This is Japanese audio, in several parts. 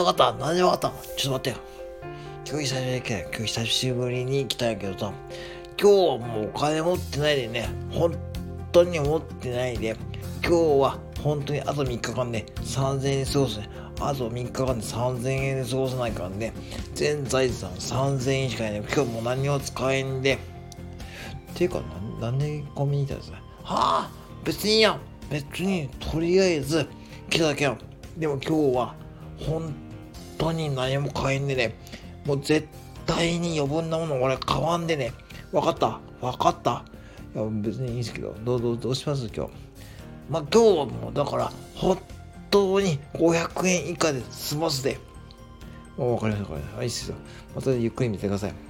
わかった。ちょっと待ってよ。今日久しぶりに来たんやけどさ、今日はもうお金持ってないでね、本当に持ってないで、今日は本当にあと3日間で3000円で過ごすね。あと3日間で3000円で過ごさないからね、全財産3000円しかないね。今日もう何も使えんで。ていうか、なんでコンビニ行ったんですか？はあ、別にいいやん。別に、とりあえず、来ただけやん。でも今日は、本当に何も買えんでね、もう絶対に余分なもの俺買わんでね。わかった。いや、別にいいんですけど、どうします今日。まあ、今日はもう、だから、本当に500円以下で済ますで。わかりました。いいっすよ。またゆっくり見てください。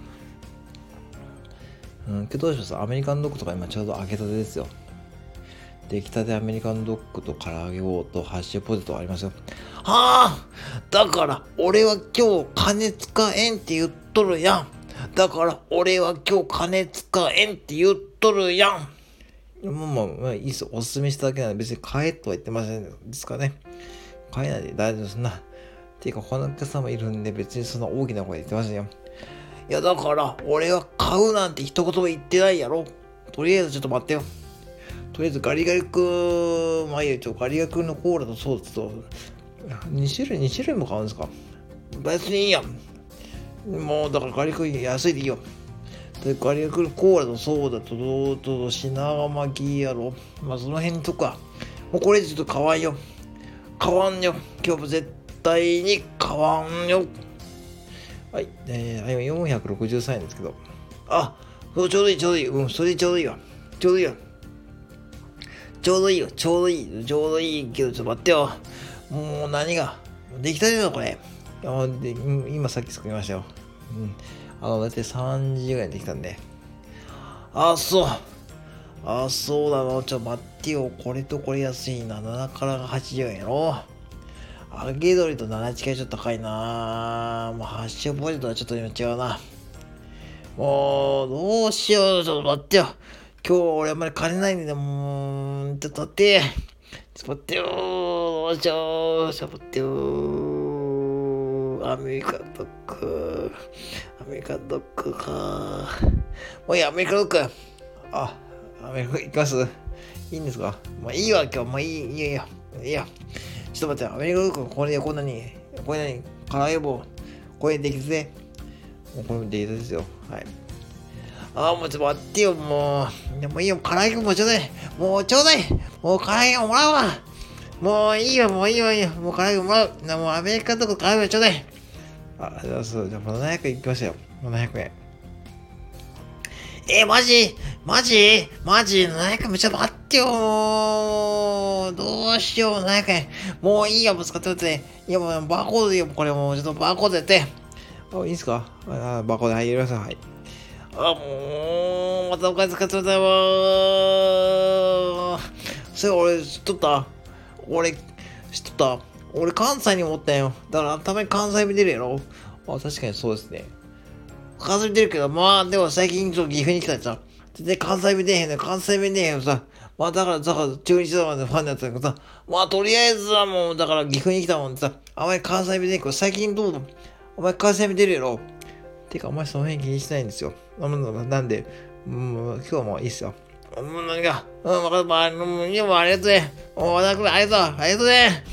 今日どうします？アメリカンドッグとか今ちょうど揚げたてですよ。出来たてアメリカンドッグと唐揚げ棒とハッシュポテトありますよ。はあ、だから俺は今日金使えんって言っとるやん。まあいいっす。おすすめしただけなんで別に買えとは言ってませんですかね。買えないで大丈夫ですな。ていうかこのお客様いるんで別にそんな大きな声で言ってませんよ。いやだから俺は買うなんて一言も言ってないやろ。とりあえずちょっと待ってよ。とりあえずガリガリ君、まあいいよ、ガリガリ君のコーラとソーダと2種類も買うんですか？別にいいやん。もうだからガリガリ君安いでいいよ。でガリガリ君のコーラとソーダと品川巻きやろ。まあその辺とか。もうこれちょっと買わんよ。今日も絶対に買わんよ。はい、463円ですけど。あ、ちょうどいい。それちょうどいいわ。ちょうどいいけど、ちょっと待ってよ。もう何が。できたてだこれ。今さっき作りましたよ。だいたい3時ぐらいにできたんで。そうだろ。ちょっと待ってよ。これとこれ安いな。7から80円やろ。揚げ鶏と7近いちょっと高いな。もうハッシュポテトはちょっと今違うな。もう、どうしよう。ちょっと待ってよ。今日俺あんまり金ないんで、もう、ちょっと待って。どうしよう。ちょっと待ってよ。アメリカンドッグか。もういいや、アメリカンドッグ。アメリカ行きます？いいんですか？まあいいわ、今日。まあいいよ。ちょっと待って、アメリカンドッグ、これ唐揚げ棒。これできてね。もうこれでいいですよ。はい。もうちょっと待ってよ、もう。でもいいよ、唐揚げもちょうだい。もう唐揚げもらうわ。もういいよ。もう唐揚げもらう。もうアメリカのとこ唐揚げちょうだい。そう、じゃあ700円いきましたよ。700円。マジ ?700 円ちょっと待ってよ。どうしよう、700円。もういいよ、もう使ってて。いや、もうバーコードでいいよ、これもうちょっとバーコードやって。いいんすか？バーコード入れます。はい。もう、またお金使ってくださいわ。それ俺知っとった俺関西にもおったんよ。だからたまに関西弁出るやろ。確かにそうですね。関西弁出るけど、まあでも最近ちょっと岐阜に来たらさ、全然関西弁出えへんのさ。まあだから中日ドラマでファンだったんだけどさ、まあとりあえずはもうだから岐阜に来たもんでさ、あまり関西弁出えへんけど、最近どうだ？お前関西弁出るやろ。てか、お前その辺気にしないんですよ。なんで、今日はもういいっすよ。何か、分かった。いやもうありがとうね。ありがとうね。